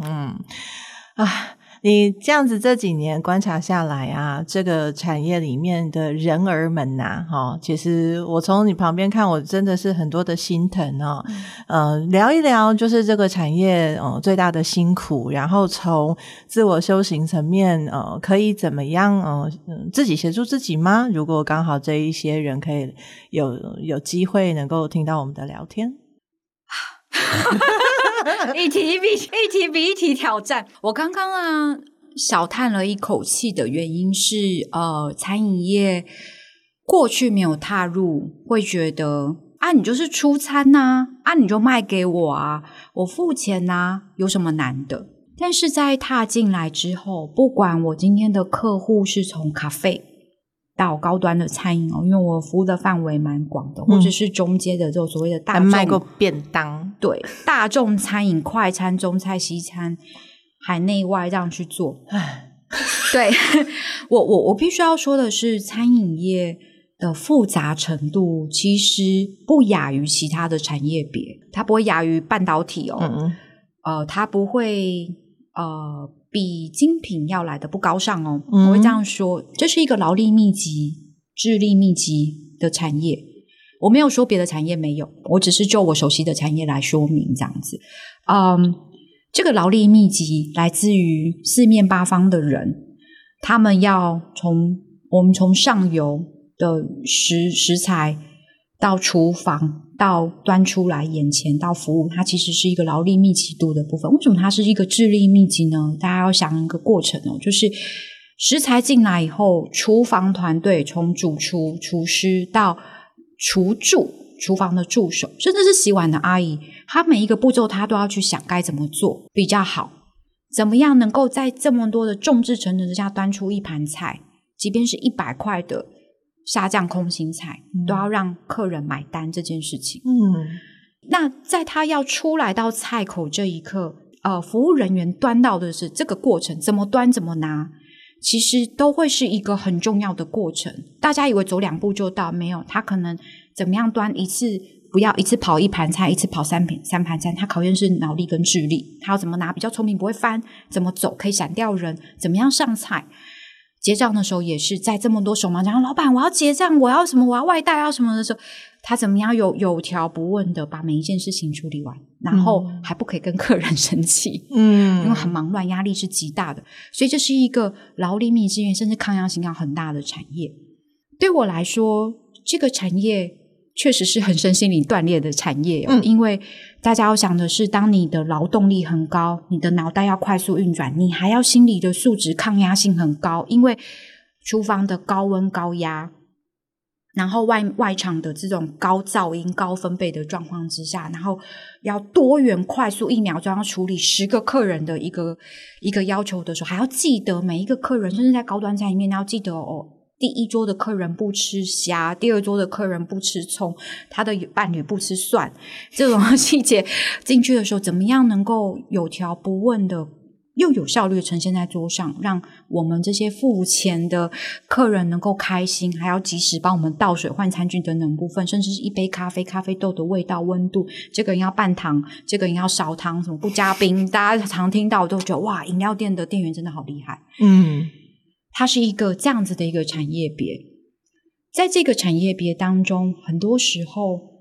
你这样子这几年观察下来啊，这个产业里面的人儿们啊，其实我从你旁边看，我真的是很多的心疼哦。聊一聊就是这个产业最大的辛苦，然后从自我修行层面可以怎么样自己协助自己吗？如果刚好这一些人可以有机会能够听到我们的聊天
一题比一题挑战。我刚刚啊小叹了一口气的原因是餐饮业过去没有踏入，会觉得你就是出餐啊你就卖给我啊，我付钱啊，有什么难的。但是在踏进来之后，不管我今天的客户是从咖啡到高端的餐饮因为我服务的范围蛮广的，或者是中阶的这种所谓的大众，
卖过便当，
对，大众餐饮、快餐、中餐、西餐，海内外这样去做。对，我必须要说的是，餐饮业的复杂程度其实不亚于其他的产业别，它不会亚于半导体它不会比精品要来的不高尚我会这样说，这是一个劳力密集、智力密集的产业。我没有说别的产业没有，我只是就我熟悉的产业来说明这样子。这个劳力密集来自于四面八方的人，他们要我们从上游的食材到厨房到端出来眼前到服务，它其实是一个劳力密集度的部分。为什么它是一个智力密集呢？大家要想一个过程就是食材进来以后，厨房团队从主厨、厨师到厨助、厨房的助手，甚至是洗碗的阿姨，他每一个步骤他都要去想该怎么做比较好，怎么样能够在这么多的众志成城之下端出一盘菜，即便是100块的下降空心菜都要让客人买单这件事情。那在他要出来到菜口这一刻，服务人员端到的是这个过程，怎么端怎么拿，其实都会是一个很重要的过程。大家以为走2步就到，没有，他可能怎么样端一次，不要一次跑1盘菜，一次跑3盘菜，他考验是脑力跟智力，他要怎么拿比较聪明不会翻，怎么走可以闪掉人，怎么样上菜。结账的时候也是在这么多手忙脚乱，老板我要结账，我要什么，我要外带要什么的时候，他怎么样有条不紊的把每一件事情处理完，然后还不可以跟客人生气，因为很忙乱，压力是极大的，所以这是一个劳力密集甚至抗压性要很大的产业。对我来说，这个产业确实是很身心灵锻炼的产业因为大家要想的是，当你的劳动力很高，你的脑袋要快速运转，你还要心理的素质抗压性很高，因为厨房的高温高压，然后外场的这种高噪音高分贝的状况之下，然后要多元快速1秒钟要处理10个客人的一个要求的时候，还要记得每一个客人，甚至在高端餐里面要记得第一桌的客人不吃虾，第二桌的客人不吃葱，他的伴侣不吃蒜，这种细节进去的时候，怎么样能够有条不紊的又有效率呈现在桌上，让我们这些付钱的客人能够开心，还要及时帮我们倒水换餐具等等部分，甚至是一杯咖啡豆的味道温度，这个人要半糖，这个人要少糖，什么不加冰，大家常听到都觉得哇，饮料店的店员真的好厉害。它是一个这样子的一个产业别，在这个产业别当中，很多时候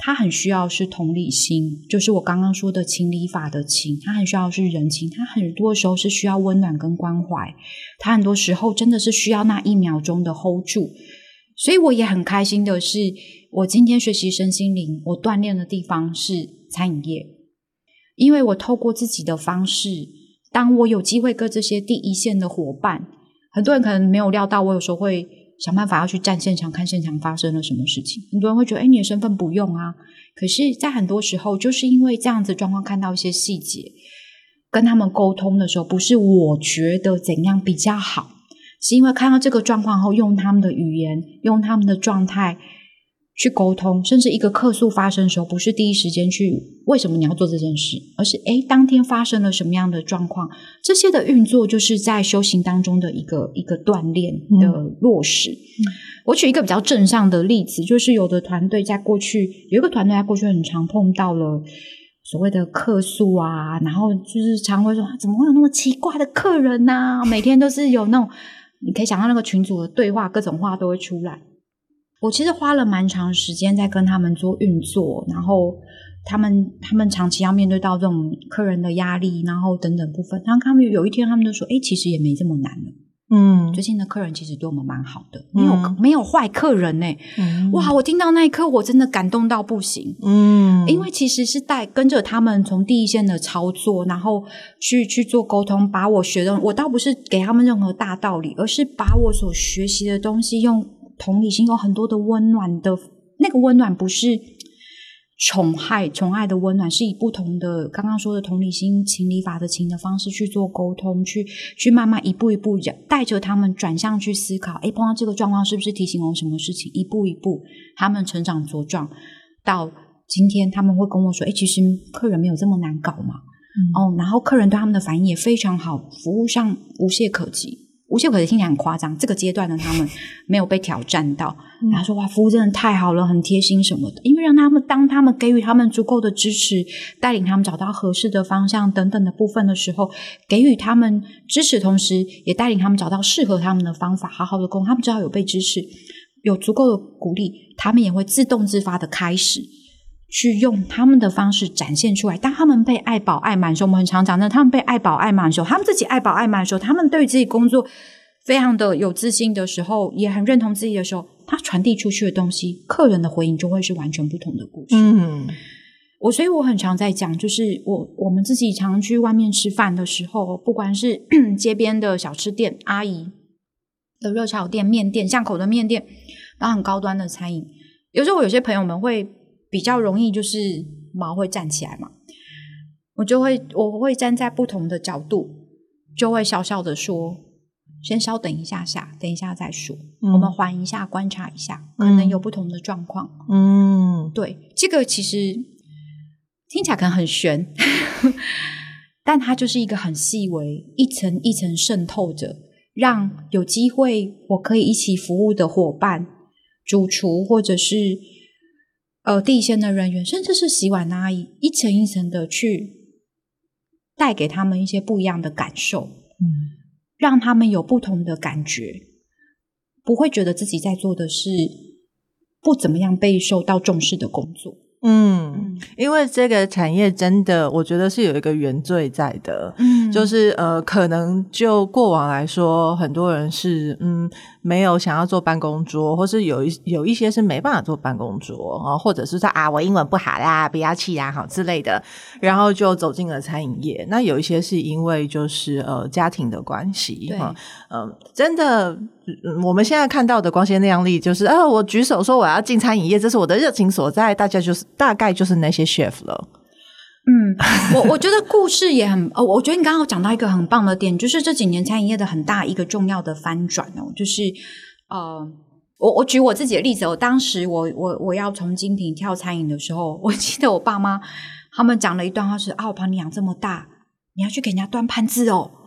他很需要是同理心，就是我刚刚说的情理法的情，他很需要是人情，他很多时候是需要温暖跟关怀，他很多时候真的是需要那1秒钟的 hold 住。所以我也很开心的是，我今天学习身心灵，我锻炼的地方是餐饮业，因为我透过自己的方式，当我有机会跟这些第一线的伙伴，很多人可能没有料到我有时候会想办法要去站现场，看现场发生了什么事情。很多人会觉得你的身份不用啊，可是在很多时候就是因为这样子状况，看到一些细节，跟他们沟通的时候，不是我觉得怎样比较好，是因为看到这个状况后，用他们的语言，用他们的状态去沟通，甚至一个客诉发生的时候，不是第一时间去为什么你要做这件事，而是当天发生了什么样的状况，这些的运作就是在修行当中的一个锻炼的落实。我举一个比较正向的例子，就是有的团队在过去，有一个团队在过去很常碰到了所谓的客诉啊，然后就是常会说怎么会有那么奇怪的客人啊，每天都是有那种你可以想到那个群组的对话，各种话都会出来。我其实花了蛮长时间在跟他们做运作，然后他们长期要面对到这种客人的压力，然后等等部分，然后他们有一天他们就说其实也没这么难了，最近的客人其实对我们蛮好的，没有坏客人呢。哇，我听到那一刻我真的感动到不行，因为其实是跟着他们从第一线的操作，然后去做沟通，把我学的，我倒不是给他们任何大道理，而是把我所学习的东西用同理心，有很多的温暖的，那个温暖不是宠爱的温暖，是以不同的刚刚说的同理心、情理法的情的方式去做沟通，去慢慢一步一步带着他们转向去思考，碰到这个状况是不是提醒我什么事情，一步一步他们成长茁壮到今天，他们会跟我说其实客人没有这么难搞嘛，然后客人对他们的反应也非常好，服务上无懈可击。无懈可击听起来很夸张，这个阶段的他们没有被挑战到，然后说哇，服务真的太好了，很贴心什么的，因为当他们给予他们足够的支持，带领他们找到合适的方向等等的部分的时候，给予他们支持，同时也带领他们找到适合他们的方法，好好的沟通，他们只要有被支持，有足够的鼓励，他们也会自动自发的开始去用他们的方式展现出来。当他们被爱饱爱满的时候，我们很常讲的，他们被爱饱爱满的时候，他们自己爱饱爱满的时候，他们对于自己工作非常的有自信的时候，也很认同自己的时候，他传递出去的东西，客人的回应就会是完全不同的故事。所以我很常在讲，就是我们自己常去外面吃饭的时候，不管是街边的小吃店、阿姨的热炒店、面店、巷口的面店，然后很高端的餐饮，有时候我有些朋友们会比较容易就是毛会站起来嘛，我会站在不同的角度，就会小小的说，先稍等一下等一下再说，我们缓一下，观察一下，可能有不同的状况。对，这个其实听起来可能很玄但它就是一个很细微，一层一层渗透着，让有机会我可以一起服务的伙伴、主厨或者是第一线的人员，甚至是洗碗阿姨，一层一层的去带给他们一些不一样的感受，让他们有不同的感觉，不会觉得自己在做的是不怎么样被受到重视的工作。
因为这个产业真的我觉得是有一个原罪在的，就是可能就过往来说，很多人是没有想要做办公桌，或是有一些是没办法做办公桌，或者是说我英文不好啦，不要气啦好之类的，然后就走进了餐饮业。那有一些是因为就是家庭的关系，真的我们现在看到的光鲜亮丽就是我举手说我要进餐饮业，这是我的热情所在，大概就是那些 chef 了。
我觉得故事也很我觉得你刚刚讲到一个很棒的点，就是这几年餐饮业的很大一个重要的翻转就是我举我自己的例子，当时我要从精品跳餐饮的时候，我记得我爸妈他们讲了一段话是我把你养这么大，你要去给人家端盘子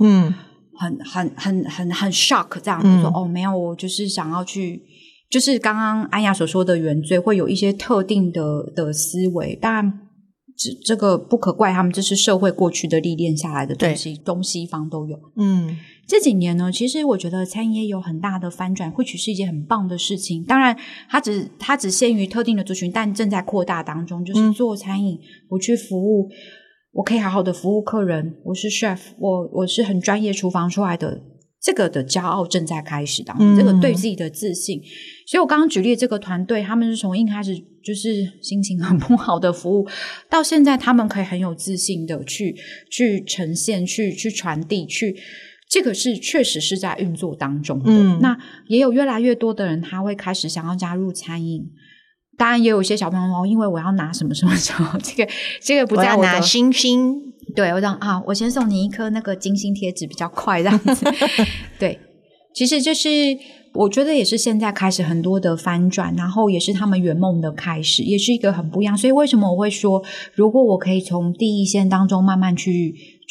很 shock 这样子说没有，我就是想要去，就是刚刚安雅所说的原罪，会有一些特定的思维，当然这个不可怪他们，这是社会过去的历练下来的东西，东西方都有。这几年呢，其实我觉得餐饮业有很大的翻转，或许是一件很棒的事情。当然它只限于特定的族群，但正在扩大当中。就是做餐饮，我去服务，我可以好好的服务客人，我是 chef， 我是很专业厨房出来的，这个的骄傲正在开始当中，这个对自己的自信。所以我刚刚举例这个团队，他们是从一开始就是心情很不好的服务，到现在他们可以很有自信的去呈现，去传递，这个是确实是在运作当中的。那也有越来越多的人他会开始想要加入餐饮，当然也有一些小朋友说，因为我要拿什么什么什么，这个不在我的，
我要拿星星，
对，我讲我先送你一颗那个金星贴纸比较快这样子对，其实就是我觉得也是现在开始很多的翻转，然后也是他们圆梦的开始，也是一个很不一样。所以为什么我会说，如果我可以从第一线当中慢慢去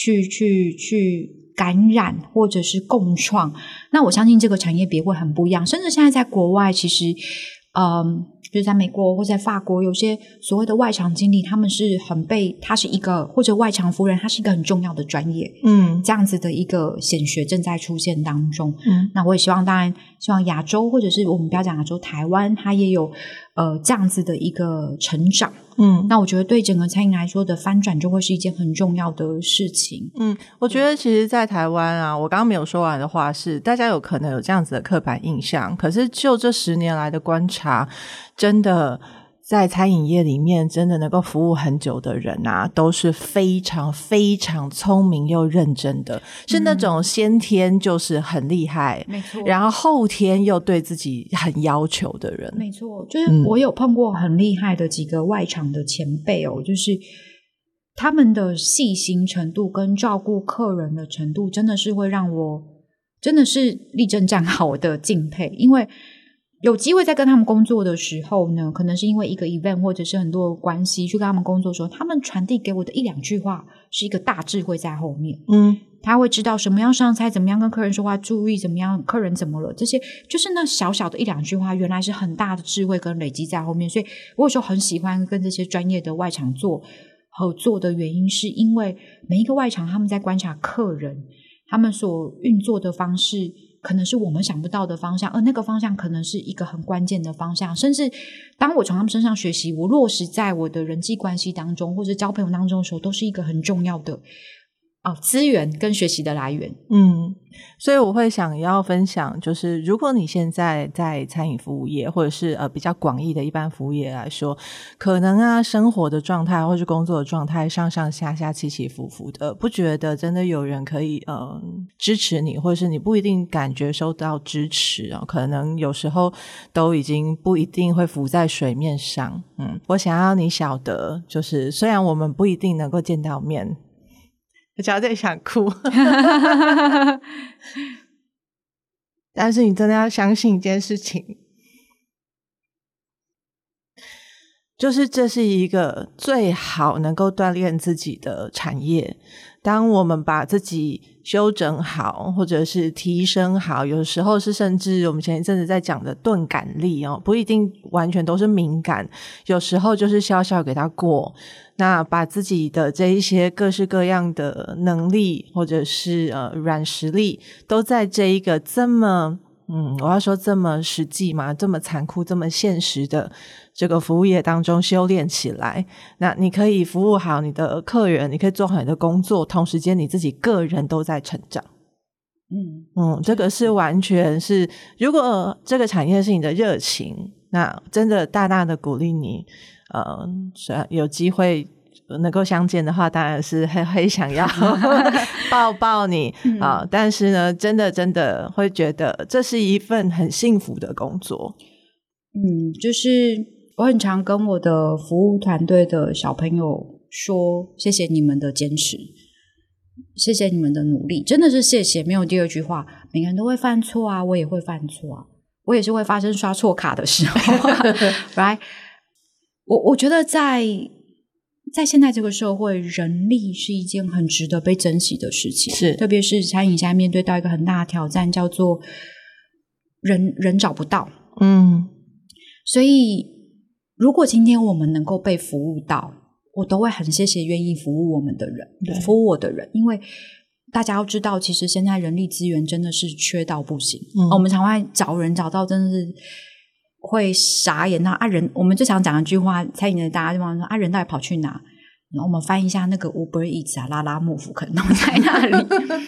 感染或者是共创，那我相信这个产业别会很不一样。甚至现在在国外，其实就是在美国或在法国，有些所谓的外场经理，他们是他是一个，或者外场夫人，他是一个很重要的专业。这样子的一个显学正在出现当中。那我也当然希望亚洲，或者是我们不要讲亚洲，台湾它也有这样子的一个成长。那我觉得对整个餐饮来说的翻转就会是一件很重要的事情。
我觉得其实在台湾啊，我刚刚没有说完的话是，大家有可能有这样子的刻板印象，可是就这10年来的观察，真的在餐饮业里面真的能够服务很久的人啊，都是非常非常聪明又认真的，是那种先天就是很厉害，
没错，
然后后天又对自己很要求的人。
没错，就是我有碰过很厉害的几个外场的前辈就是他们的细心程度跟照顾客人的程度真的是会让我真的是立正站好的敬佩。因为有机会在跟他们工作的时候呢，可能是因为一个 event 或者是很多的关系去跟他们工作的时候，他们传递给我的一两句话是一个大智慧在后面。他会知道什么样上菜，怎么样跟客人说话，注意怎么样客人怎么了，这些就是那小小的一两句话，原来是很大的智慧跟累积在后面。所以我有时候很喜欢跟这些专业的外场合作的原因，是因为每一个外场他们在观察客人，他们所运作的方式可能是我们想不到的方向，而那个方向可能是一个很关键的方向。甚至当我从他们身上学习，我落实在我的人际关系当中或者交朋友当中的时候，都是一个很重要的资源跟学习的来源。
所以我会想要分享，就是如果你现在在餐饮服务业或者是比较广义的一般服务业来说，可能生活的状态或是工作的状态上上下下起起伏伏的，不觉得真的有人可以支持你，或者是你不一定感觉收到支持可能有时候都已经不一定会浮在水面上。我想要你晓得，就是虽然我们不一定能够见到面，我只要在想哭但是你真的要相信一件事情，就是这是一个最好能够锻炼自己的产业。当我们把自己修整好或者是提升好，有时候是甚至我们前一阵子在讲的钝感力不一定完全都是敏感，有时候就是笑笑给它过。那把自己的这一些各式各样的能力或者是软实力都在这一个这么我要说这么实际嘛，这么残酷这么现实的这个服务业当中修炼起来，那你可以服务好你的客人，你可以做好你的工作，同时间你自己个人都在成长。这个是完全是，如果这个产业是你的热情，那真的大大的鼓励你有机会能够相见的话，当然是很想要抱抱你但是呢真的会觉得这是一份很幸福的工作。
就是我很常跟我的服务团队的小朋友说，谢谢你们的坚持，谢谢你们的努力，真的是谢谢，没有第二句话。每个人都会犯错啊，我也会犯错我也是会发生刷错卡的时候right？ 我觉得在现在这个社会，人力是一件很值得被珍惜的事情，
是
特别是餐饮现在面对到一个很大的挑战，叫做人找不到。所以如果今天我们能够被服务到， 我都会很谢谢愿意服务我们的人，服务我的人，因为大家要知道，其实现在人力资源真的是缺到不行。我们常会找人找到真的是会傻眼到人，我们最常讲一句话，餐饮的大家就说人到底跑去哪？然后我们翻一下那个 Uber Eats 啊、拉拉木夫可能都在那里。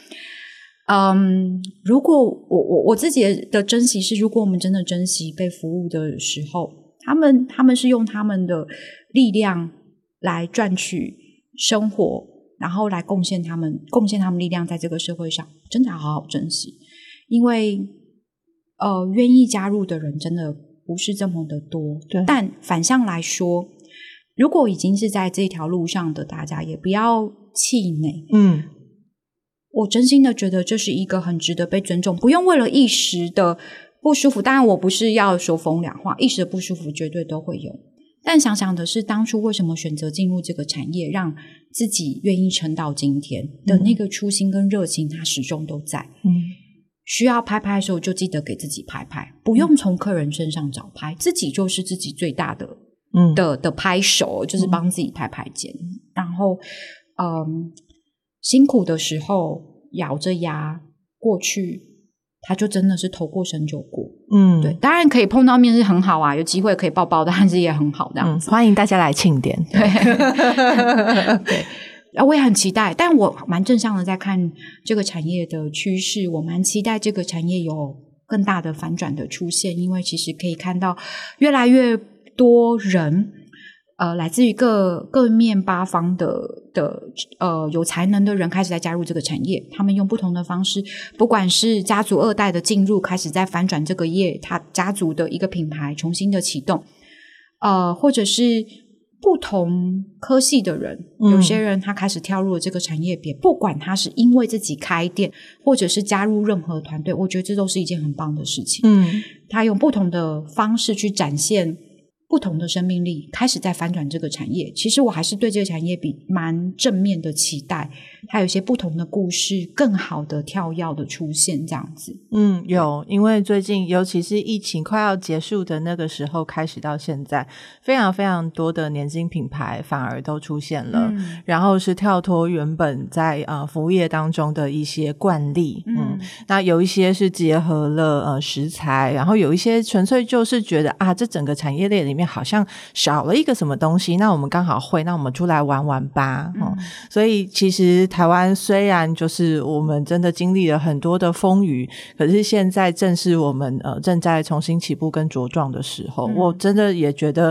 如果我自己的珍惜是，如果我们真的珍惜被服务的时候，他们是用他们的力量来赚取生活，然后来贡献他们力量在这个社会上，真的要好好珍惜。因为愿意加入的人真的不是这么的多，但反向来说，如果已经是在这条路上的大家，也不要气馁。我真心的觉得这是一个很值得被尊重，不用为了一时的不舒服，当然我不是要说风凉话，一时的不舒服绝对都会有，但想想的是当初为什么选择进入这个产业，让自己愿意撑到今天的那个初心跟热情，它始终都在。需要拍拍的时候就记得给自己拍拍，不用从客人身上找拍，自己就是自己最大的的拍手，就是帮自己拍拍肩。然后辛苦的时候咬着牙过去，他就真的是头过身就过。对，当然可以碰到面是很好啊，有机会可以抱抱的，但是也很好这样子。
欢迎大家来庆典。
对。我也很期待，但我蛮正向的在看这个产业的趋势，我蛮期待这个产业有更大的反转的出现，因为其实可以看到越来越多人来自于各面八方的有才能的人开始在加入这个产业，他们用不同的方式，不管是家族2代的进入，开始在反转这个业，他家族的一个品牌重新的启动，或者是不同科系的人，有些人他开始跳入了这个产业别，不管他是因为自己开店或者是加入任何团队，我觉得这都是一件很棒的事情。他用不同的方式去展现不同的生命力，开始在反转这个产业。其实我还是对这个产业蛮正面的期待，它有一些不同的故事，更好的跳跃的出现这样子。
有，因为最近尤其是疫情快要结束的那个时候开始到现在，非常非常多的年轻品牌反而都出现了，然后是跳脱原本在服务业当中的一些惯例。那有一些是结合了食材，然后有一些纯粹就是觉得这整个产业链里面好像少了一个什么东西，那我们刚好会，那我们出来玩玩吧。所以其实台湾虽然就是我们真的经历了很多的风雨，可是现在正是我们正在重新起步跟茁壮的时候。我真的也觉得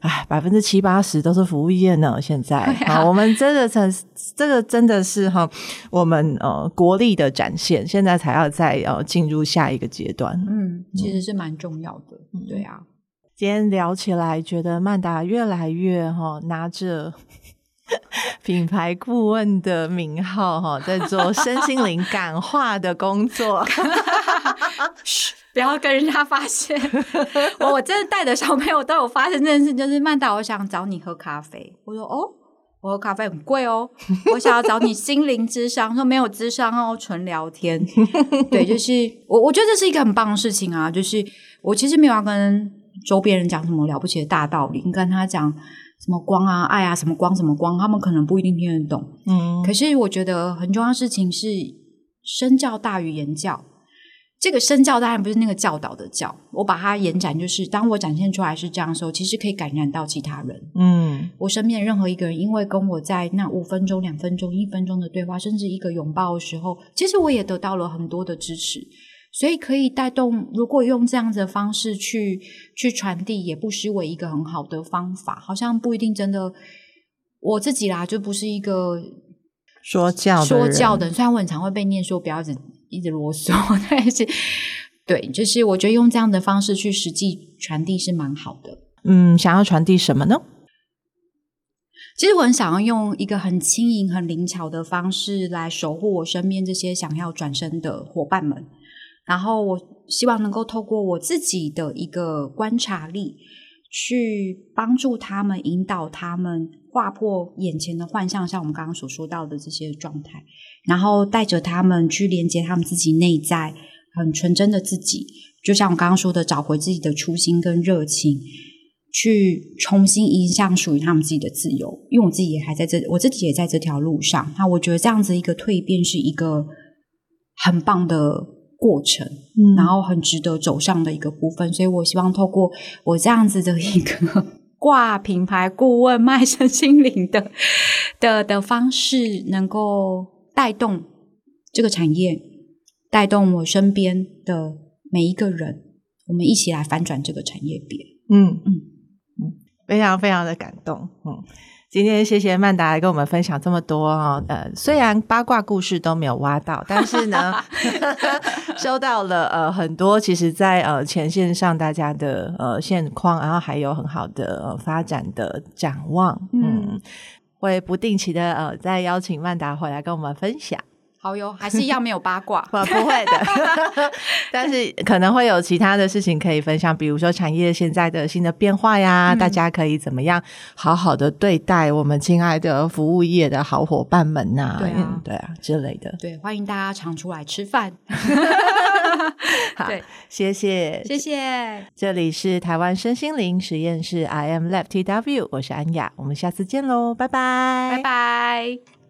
70-80%都是服务业呢现在。我们真的这个真的是我们国力的展现，现在才要再进入下一个阶段。
其实是蛮重要的。对啊，
今天聊起来觉得曼达越来越拿着品牌顾问的名号在做身心灵感化的工作。
不要跟人家发现。我真的带的小朋友都有发现这件事，就是曼达我想找你喝咖啡，我说我喝咖啡很贵我想要找你心灵咨商，说没有咨商纯聊天。对，就是我觉得这是一个很棒的事情啊，就是我其实没有要跟周边人讲什么了不起的大道理，你跟他讲什么光啊爱啊什么光什么光，他们可能不一定听得懂。可是我觉得很重要的事情是身教大于言教。这个身教当然不是那个教导的教，我把它延展，就是当我展现出来是这样的时候，其实可以感染到其他人。我身边的任何一个人因为跟我在那5分钟2分钟1分钟的对话，甚至一个拥抱的时候，其实我也得到了很多的支持，所以可以带动，如果用这样子的方式去传递，也不失为一个很好的方法。好像不一定真的，我自己啦就不是一个
说教的人，
虽然我很常会被念说不要一直啰嗦，但是对，就是我觉得用这样的方式去实际传递是蛮好的。
想要传递什么呢？
其实我很想要用一个很轻盈很灵巧的方式来守护我身边这些想要转身的伙伴们，然后我希望能够透过我自己的一个观察力去帮助他们，引导他们划破眼前的幻象，像我们刚刚所说到的这些状态，然后带着他们去连接他们自己内在很纯真的自己，就像我刚刚说的，找回自己的初心跟热情， 去重新迎向属于他们自己的自由，因为我自己也在这条路上。那我觉得这样子一个蜕变是一个很棒的过程，然后很值得走上的一个部分。所以我希望透过我这样子的一个挂品牌顾问卖身心灵的方式，能够带动这个产业，带动我身边的每一个人，我们一起来翻转这个产业别。
非常非常的感动。今天谢谢曼达来跟我们分享这么多虽然八卦故事都没有挖到，但是呢收到了很多其实在前线上大家的现况，然后还有很好的发展的展望。会不定期的再邀请曼达回来跟我们分享。
好哟，还是一样没有八卦
不会的但是可能会有其他的事情可以分享，比如说产业现在的新的变化呀，大家可以怎么样好好的对待我们亲爱的服务业的好伙伴们啊，对啊之类的。
对，欢迎大家常出来吃饭
好，谢谢这里是台湾身心灵实验室 I am Lab TW， 我是安雅，我们下次见咯，拜拜
拜拜。